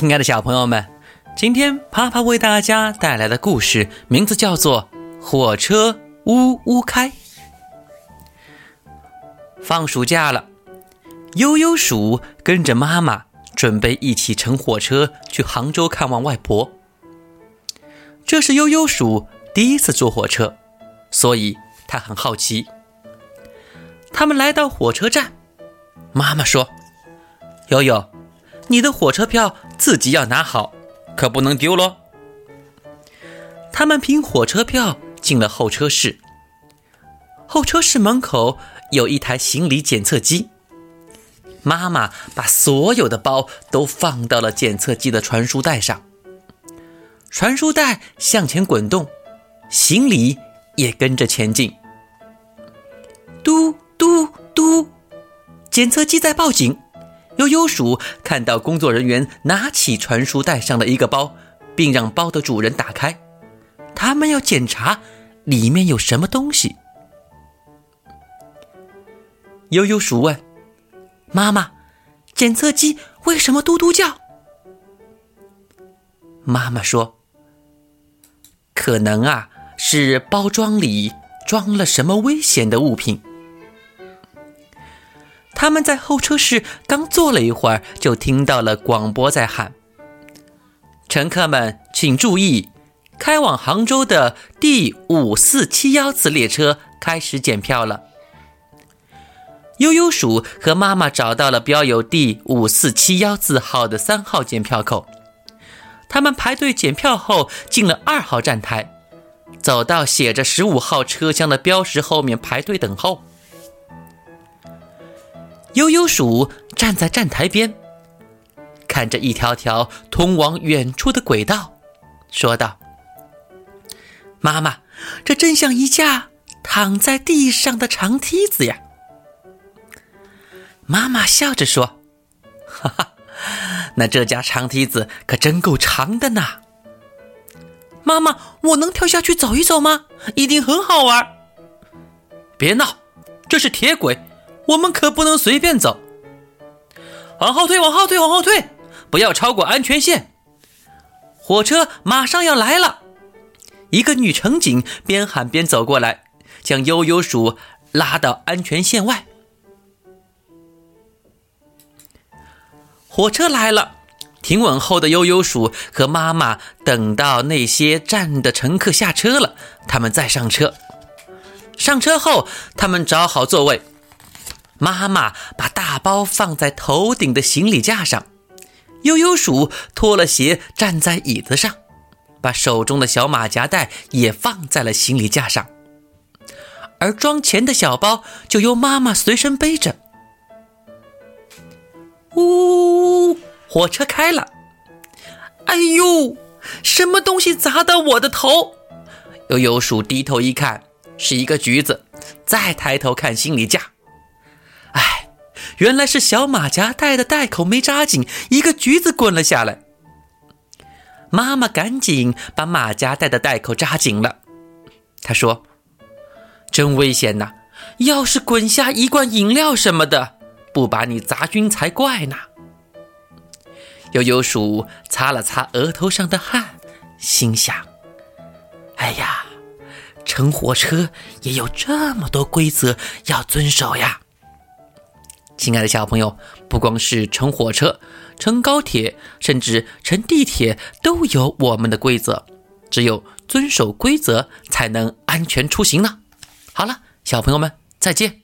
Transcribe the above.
亲爱的小朋友们，今天啪啪为大家带来的故事名字叫做火车呜呜开。放暑假了，悠悠鼠跟着妈妈准备一起乘火车去杭州看望外婆。这是悠悠鼠第一次坐火车，所以他很好奇。他们来到火车站，妈妈说：悠悠，你的火车票自己要拿好，可不能丢咯。他们凭火车票进了候车室。候车室门口有一台行李检测机，妈妈把所有的包都放到了检测机的传输带上，传输带向前滚动，行李也跟着前进。嘟嘟嘟，检测机在报警。悠悠鼠看到工作人员拿起传输带上的一个包，并让包的主人打开，他们要检查里面有什么东西。悠悠鼠问妈妈：检测机为什么嘟嘟叫？妈妈说：可能是包装里装了什么危险的物品。他们在候车室刚坐了一会儿，就听到了广播在喊：乘客们请注意，开往杭州的第5471次列车开始检票了。悠悠鼠和妈妈找到了标有第5471字号的3号检票口，他们排队检票后进了2号站台，走到写着15号车厢的标识后面排队等候。悠悠鼠站在站台边，看着一条条通往远处的轨道，说道：妈妈，这真像一架躺在地上的长梯子呀。妈妈笑着说：哈哈，那这架长梯子可真够长的呢。妈妈，我能跳下去走一走吗？一定很好玩。别闹，这是铁轨，我们可不能随便走。往后退，往后退，往后退，不要超过安全线。火车马上要来了。一个女乘警边喊边走过来，将悠悠鼠拉到安全线外。火车来了，停稳后的悠悠鼠和妈妈等到那些站的乘客下车了，他们再上车。上车后，他们找好座位。妈妈把大包放在头顶的行李架上，悠悠鼠脱了鞋站在椅子上，把手中的小马夹带也放在了行李架上，而装钱的小包就由妈妈随身背着。呜，火车开了。哎呦，什么东西砸到我的头？悠悠鼠低头一看，是一个橘子，再抬头看行李架，原来是小马夹带的带口没扎紧，一个橘子滚了下来。妈妈赶紧把马夹带的带口扎紧了。她说：真危险呐，要是滚下一罐饮料什么的，不把你砸晕才怪呢。悠悠鼠擦了擦额头上的汗，心想：哎呀，乘火车也有这么多规则要遵守呀。亲爱的小朋友，不光是乘火车，乘高铁，甚至乘地铁都有我们的规则，只有遵守规则才能安全出行呢。好了，小朋友们，再见。